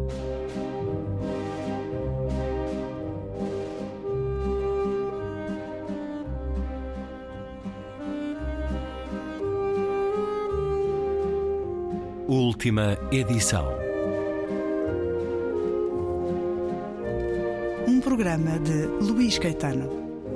Última edição. Um programa de Luís Caetano.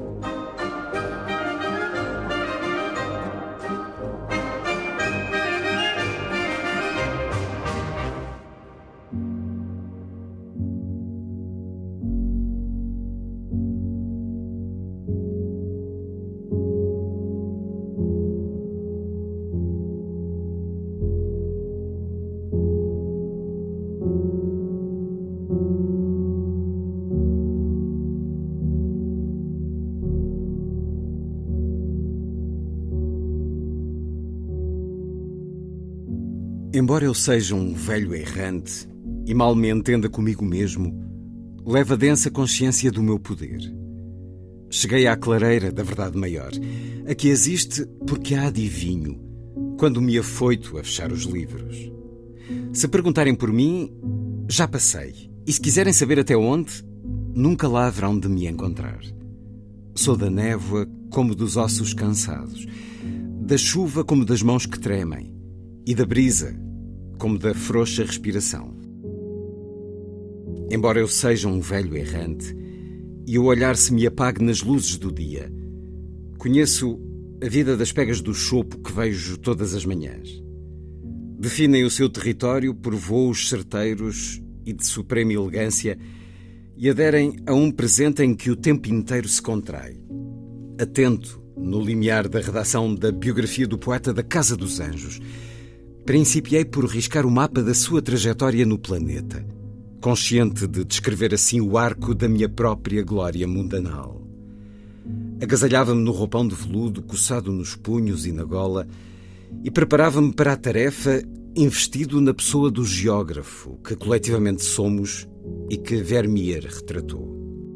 Embora eu seja um velho errante e mal me entenda comigo mesmo, levo a densa consciência do meu poder. Cheguei à clareira da verdade maior, a que existe porque a adivinho, quando me afoito a fechar os livros. Se perguntarem por mim, já passei, e se quiserem saber até onde, nunca lá haverão de me encontrar. Sou da névoa como dos ossos cansados, da chuva como das mãos que tremem, e da brisa como da frouxa respiração. Embora eu seja um velho errante e o olhar se me apague nas luzes do dia, conheço a vida das pegas do chopo que vejo todas as manhãs. Definem o seu território por voos certeiros e de suprema elegância e aderem a um presente em que o tempo inteiro se contrai. Atento no limiar da redação da biografia do poeta da Casa dos Anjos, principiei por riscar o mapa da sua trajetória no planeta, consciente de descrever assim o arco da minha própria glória mundanal. Agasalhava-me no roupão de veludo, coçado nos punhos e na gola, e preparava-me para a tarefa investido na pessoa do geógrafo que coletivamente somos e que Vermeer retratou.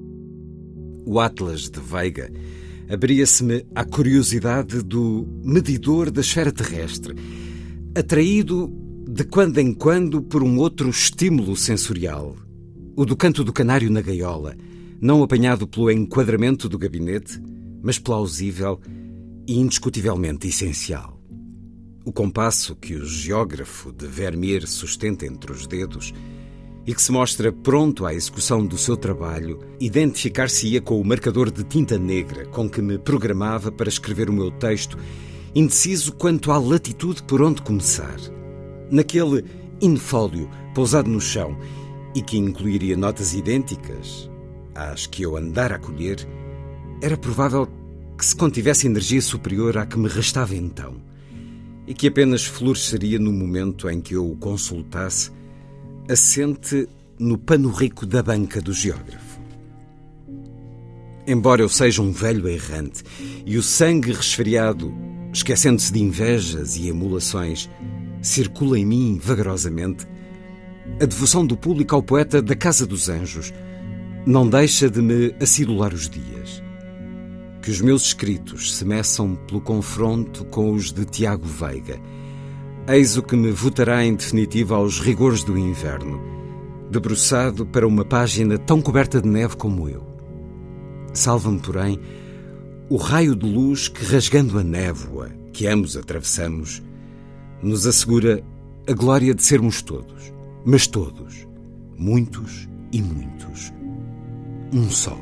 O Atlas de Veiga abria-se-me à curiosidade do medidor da esfera terrestre, atraído de quando em quando por um outro estímulo sensorial, o do canto do canário na gaiola, não apanhado pelo enquadramento do gabinete, mas plausível e indiscutivelmente essencial. O compasso que o geógrafo de Vermeer sustenta entre os dedos e que se mostra pronto à execução do seu trabalho, identificar-se-ia com o marcador de tinta negra com que me programava para escrever o meu texto, indeciso quanto à latitude por onde começar. Naquele infólio pousado no chão e que incluiria notas idênticas às que eu andara a colher, era provável que se contivesse energia superior à que me restava então e que apenas floresceria no momento em que eu o consultasse, assente no pano rico da banca do geógrafo. Embora eu seja um velho errante e o sangue resfriado, esquecendo-se de invejas e emulações, circula em mim vagarosamente, a devoção do público ao poeta da Casa dos Anjos não deixa de me acidular os dias. Que os meus escritos se meçam pelo confronto com os de Tiago Veiga, eis o que me votará em definitiva aos rigores do inverno, debruçado para uma página tão coberta de neve como eu. Salva-me, porém, o raio de luz que, rasgando a névoa que ambos atravessamos, nos assegura a glória de sermos todos, mas todos, muitos e muitos, um só.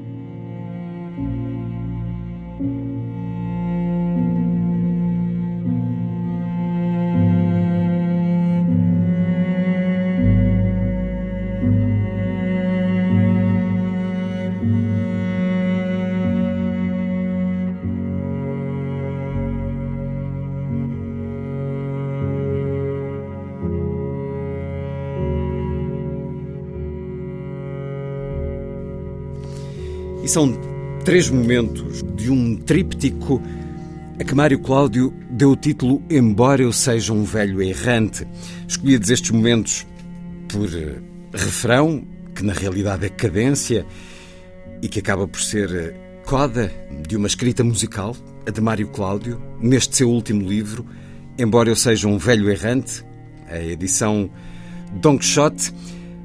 E são 3 momentos de um tríptico a que Mário Cláudio deu o título Embora eu seja um velho errante. Escolhidos estes momentos por refrão, que na realidade é cadência e que acaba por ser coda de uma escrita musical, a de Mário Cláudio, neste seu último livro, Embora eu seja um velho errante, a edição Don Quixote,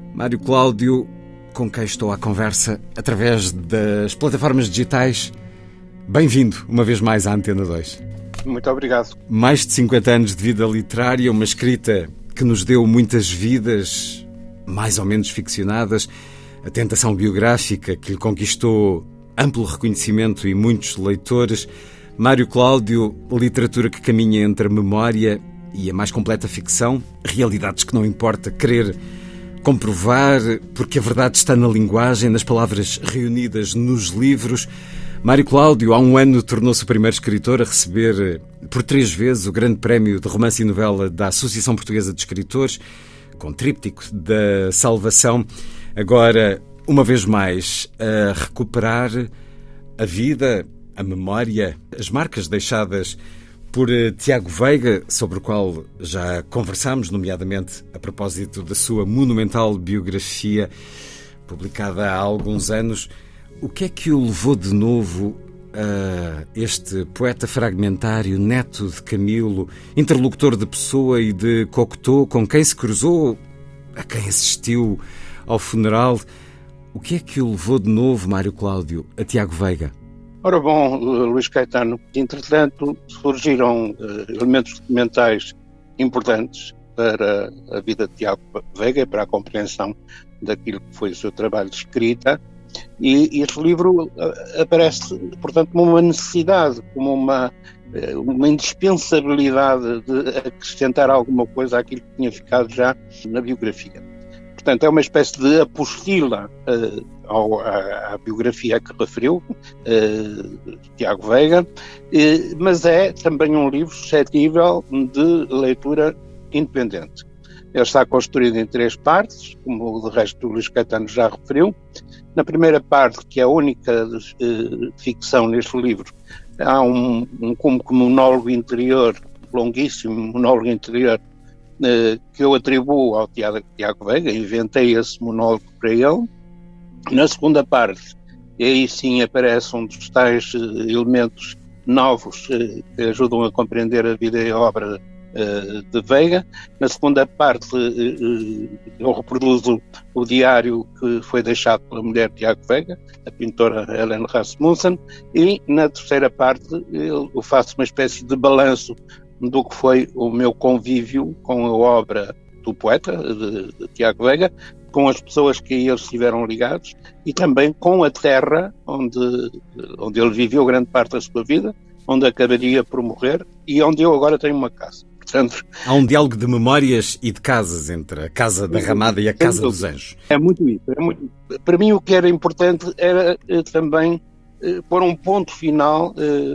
Mário Cláudio, com quem estou à conversa através das plataformas digitais. Bem-vindo uma vez mais à Antena 2. Muito obrigado. Mais de 50 anos de vida literária, uma escrita que nos deu muitas vidas, mais ou menos ficcionadas, a tentação biográfica que lhe conquistou amplo reconhecimento e muitos leitores. Mário Cláudio, literatura que caminha entre a memória e a mais completa ficção, realidades que não importa querer comprovar, porque a verdade está na linguagem, nas palavras reunidas nos livros. Mário Cláudio, há um ano, tornou-se o primeiro escritor a receber por 3 vezes o grande prémio de romance e novela da Associação Portuguesa de Escritores, com tríptico da Salvação. Agora, uma vez mais, a recuperar a vida, a memória, as marcas deixadas por Tiago Veiga, sobre o qual já conversámos, nomeadamente a propósito da sua monumental biografia, publicada há alguns anos. O que é que o levou de novo a este poeta fragmentário, neto de Camilo, interlocutor de Pessoa e de Cocteau, com quem se cruzou, a quem assistiu ao funeral? O que é que o levou de novo, Mário Cláudio, a Tiago Veiga? Ora bom, Luís Caetano, entretanto surgiram elementos documentais importantes para a vida de Tiago Veiga, para a compreensão daquilo que foi o seu trabalho de escrita, e este livro aparece, portanto, como uma necessidade, como uma indispensabilidade de acrescentar alguma coisa àquilo que tinha ficado já na biografia. Portanto, é uma espécie de apostila à biografia que referiu, Tiago Veiga, mas é também um livro suscetível de leitura independente. Ele está construído em 3 partes, como de resto o Luís Caetano já referiu. Na primeira parte, que é a única ficção neste livro, há um monólogo interior, longuíssimo monólogo interior, que eu atribuo ao Tiago Veiga, inventei esse monólogo para ele. Na segunda parte, aí sim aparece um dos tais elementos novos que ajudam a compreender a vida e a obra de Veiga. Na segunda parte, eu reproduzo o diário que foi deixado pela mulher de Tiago Veiga, a pintora Helene Rasmussen, e na terceira parte eu faço uma espécie de balanço do que foi o meu convívio com a obra do poeta, de Tiago Veiga, com as pessoas que a eles estiveram ligados e também com a terra onde ele viveu grande parte da sua vida, onde acabaria por morrer e onde eu agora tenho uma casa. Portanto, há um diálogo de memórias e de casas entre a Casa da Ramada e a Casa dos Anjos. É muito isso. Para mim o que era importante era também pôr um ponto final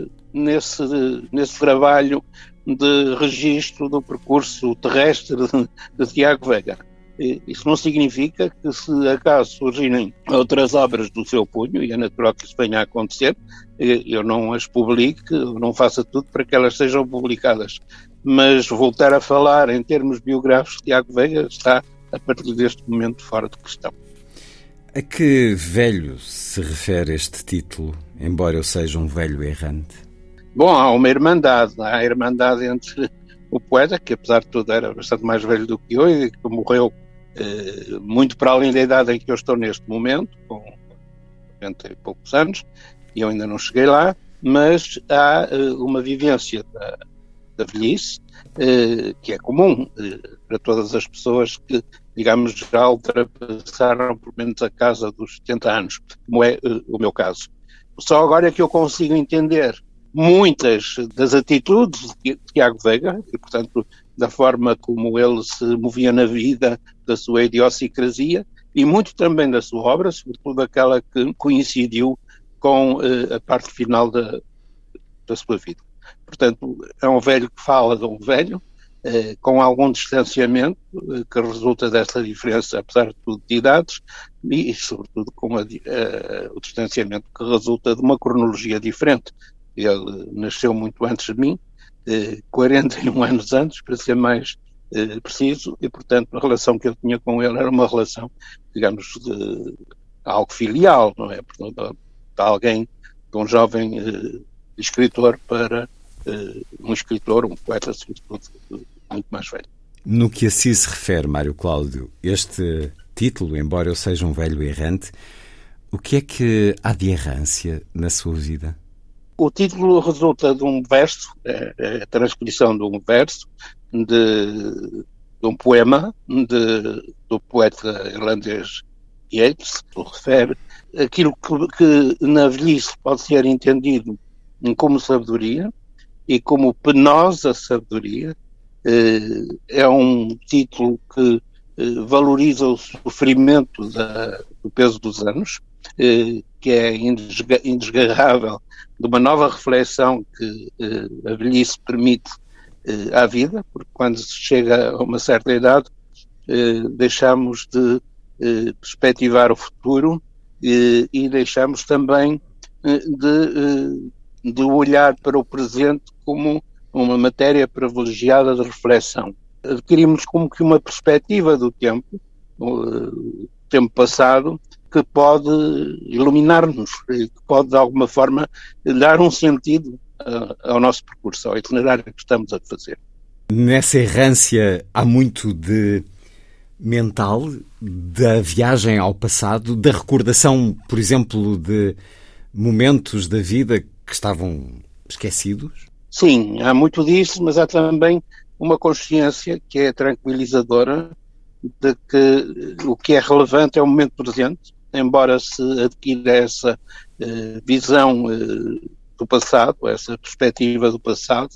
nesse trabalho de registro do percurso terrestre de Tiago Veiga. Isso não significa que, se acaso surgirem outras obras do seu punho, e é natural que isso venha a acontecer, eu não as publique, eu não faça tudo para que elas sejam publicadas. Mas voltar a falar em termos biográficos de Tiago Veiga está, a partir deste momento, fora de questão. A que velho se refere este título, embora eu seja um velho errante? Bom, há uma irmandade. Há a irmandade entre o poeta, que apesar de tudo era bastante mais velho do que eu e que morreu muito para além da idade em que eu estou neste momento, com 90 e poucos anos, e eu ainda não cheguei lá, mas há uma vivência da velhice, que é comum para todas as pessoas que, digamos, já ultrapassaram pelo menos a casa dos 70 anos, como é o meu caso. Só agora é que eu consigo entender muitas das atitudes de Tiago Veiga, e, portanto, da forma como ele se movia na vida, da sua idiosincrasia, e muito também da sua obra, sobretudo aquela que coincidiu com a parte final da sua vida. Portanto, é um velho que fala de um velho, com algum distanciamento, que resulta dessa diferença, apesar de tudo, de idades, e sobretudo com o distanciamento que resulta de uma cronologia diferente. Ele nasceu muito antes de mim, 41 anos antes, para ser mais preciso, e, portanto, a relação que eu tinha com ele era uma relação, digamos, de algo filial, não é? Portanto, de alguém, de um jovem escritor para um escritor, um poeta, sobretudo, muito mais velho. No que a si se refere, Mário Cláudio, este título, embora eu seja um velho errante. O que é que há de errância na sua vida? O título resulta de um verso, é a transcrição de um verso de um poema do poeta irlandês Yeats, que refere aquilo que na velhice pode ser entendido como sabedoria e como penosa sabedoria. É um título que valoriza o sofrimento do peso dos anos, que é indesgarrável de uma nova reflexão que a velhice permite à vida, porque quando se chega a uma certa idade deixamos de perspectivar o futuro e deixamos também de olhar para o presente como uma matéria privilegiada de reflexão. Adquirimos como que uma perspectiva do tempo, o tempo passado, que pode iluminar-nos, que pode de alguma forma dar um sentido ao nosso percurso, ao itinerário que estamos a fazer. Nessa errância há muito de mental, da viagem ao passado, da recordação, por exemplo, de momentos da vida que estavam esquecidos? Sim, há muito disso, mas há também uma consciência que é tranquilizadora de que o que é relevante é o momento presente, embora se adquira essa visão do passado, essa perspectiva do passado.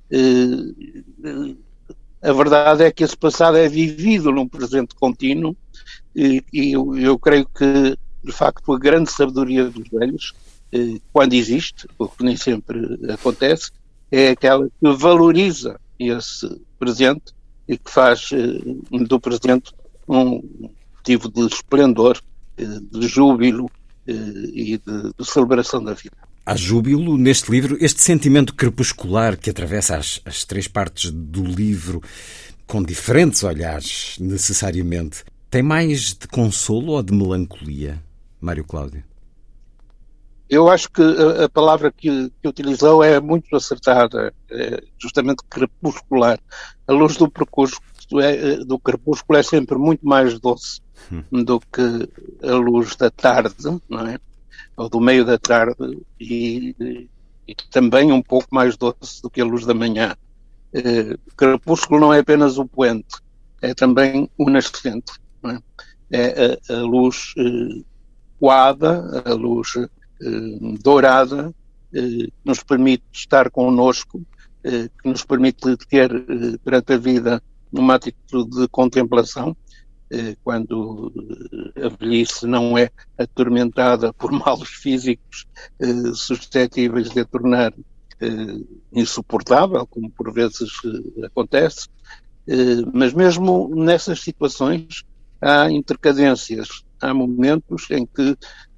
A verdade é que esse passado é vivido num presente contínuo e eu creio que, de facto, a grande sabedoria dos velhos, quando existe, o que nem sempre acontece, é aquela que valoriza esse presente e que faz do presente um motivo de esplendor, de júbilo e de celebração da vida. Há júbilo neste livro, este sentimento crepuscular que atravessa as três partes do livro, com diferentes olhares, necessariamente. Tem mais de consolo ou de melancolia, Mário Cláudio? Eu acho que a palavra que utilizou é muito acertada, é justamente crepuscular. A luz do crepúsculo é sempre muito mais doce do que a luz da tarde, não é? Ou do meio da tarde, e também um pouco mais doce do que a luz da manhã. O crepúsculo não é apenas o poente, é também o nascente. Não é? É a luz coada, a luz dourada, que nos permite estar connosco, que nos permite ter perante a vida uma atitude de contemplação, quando a velhice não é atormentada por males físicos suscetíveis de a tornar insuportável, como por vezes acontece, mas mesmo nessas situações há intercadências, há momentos em que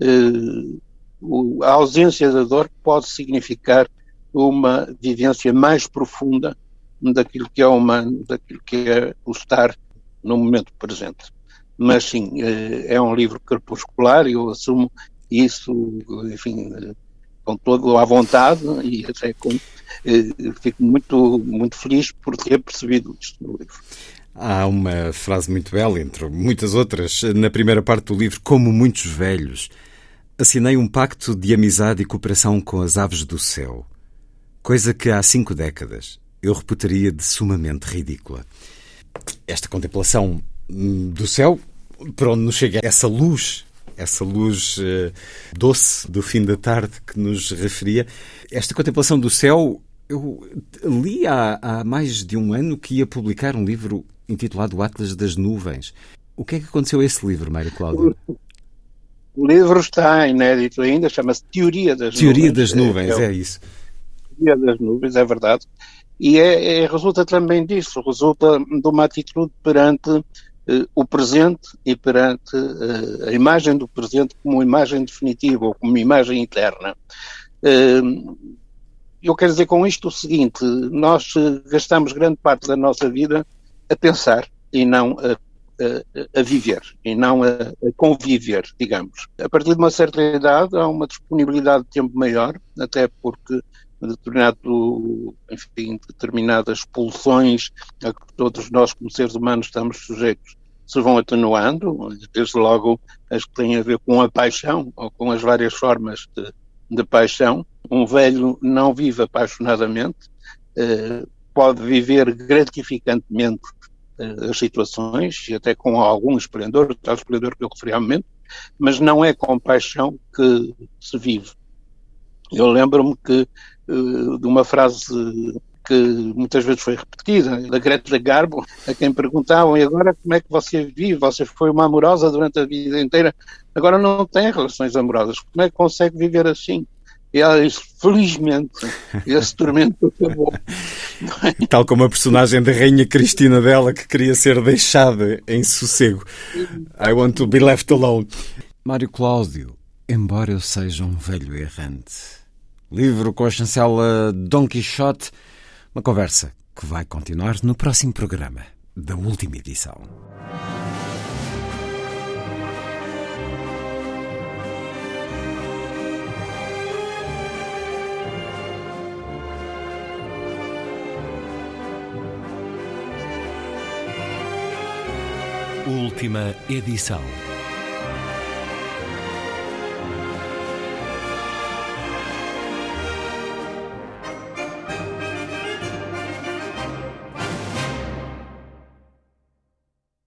a ausência da dor pode significar uma vivência mais profunda daquilo que é humano, daquilo que é o estar no momento presente. Mas sim, é um livro crepuscular e eu assumo isso, enfim, com toda a vontade e até fico muito, muito feliz por ter percebido isto no livro. Há uma frase muito bela, entre muitas outras, na primeira parte do livro: como muitos velhos, assinei um pacto de amizade e cooperação com as aves do céu, coisa que há 5 décadas eu reputaria de sumamente ridícula. Esta contemplação do céu, para onde nos chega essa luz doce do fim da tarde que nos referia, esta contemplação do céu, eu li há mais de um ano que ia publicar um livro intitulado O Atlas das Nuvens. O que é que aconteceu a esse livro, Mário Cláudio? O livro está inédito ainda, chama-se Teoria das Nuvens. Teoria das Nuvens, é isso. Teoria das Nuvens, é verdade. E resulta também disso, resulta de uma atitude perante o presente e perante a imagem do presente como imagem definitiva ou como imagem eterna. Eu quero dizer com isto o seguinte: nós gastamos grande parte da nossa vida a pensar e não a viver, e não a conviver, digamos. A partir de uma certa idade há uma disponibilidade de tempo maior, até porque determinadas pulsões a que todos nós como seres humanos estamos sujeitos se vão atenuando, desde logo as que têm a ver com a paixão, ou com as várias formas de paixão. Um velho não vive apaixonadamente, pode viver gratificantemente as situações, e até com algum esplendor, o tal esplendor que eu referi há um momento, mas não é com paixão que se vive. Eu lembro-me de uma frase que muitas vezes foi repetida, da Greta Garbo, a quem perguntavam: e agora como é que você vive? Você foi uma amorosa durante a vida inteira, agora não tem relações amorosas, como é que consegue viver assim? E ela disse: felizmente, esse tormento acabou. Tal como a personagem da Rainha Cristina dela, que queria ser deixada em sossego. I want to be left alone. Mário Cláudio, embora eu seja um velho errante. Livro com a chancela Dom Quixote. Uma conversa que vai continuar no próximo programa da última edição. Última edição.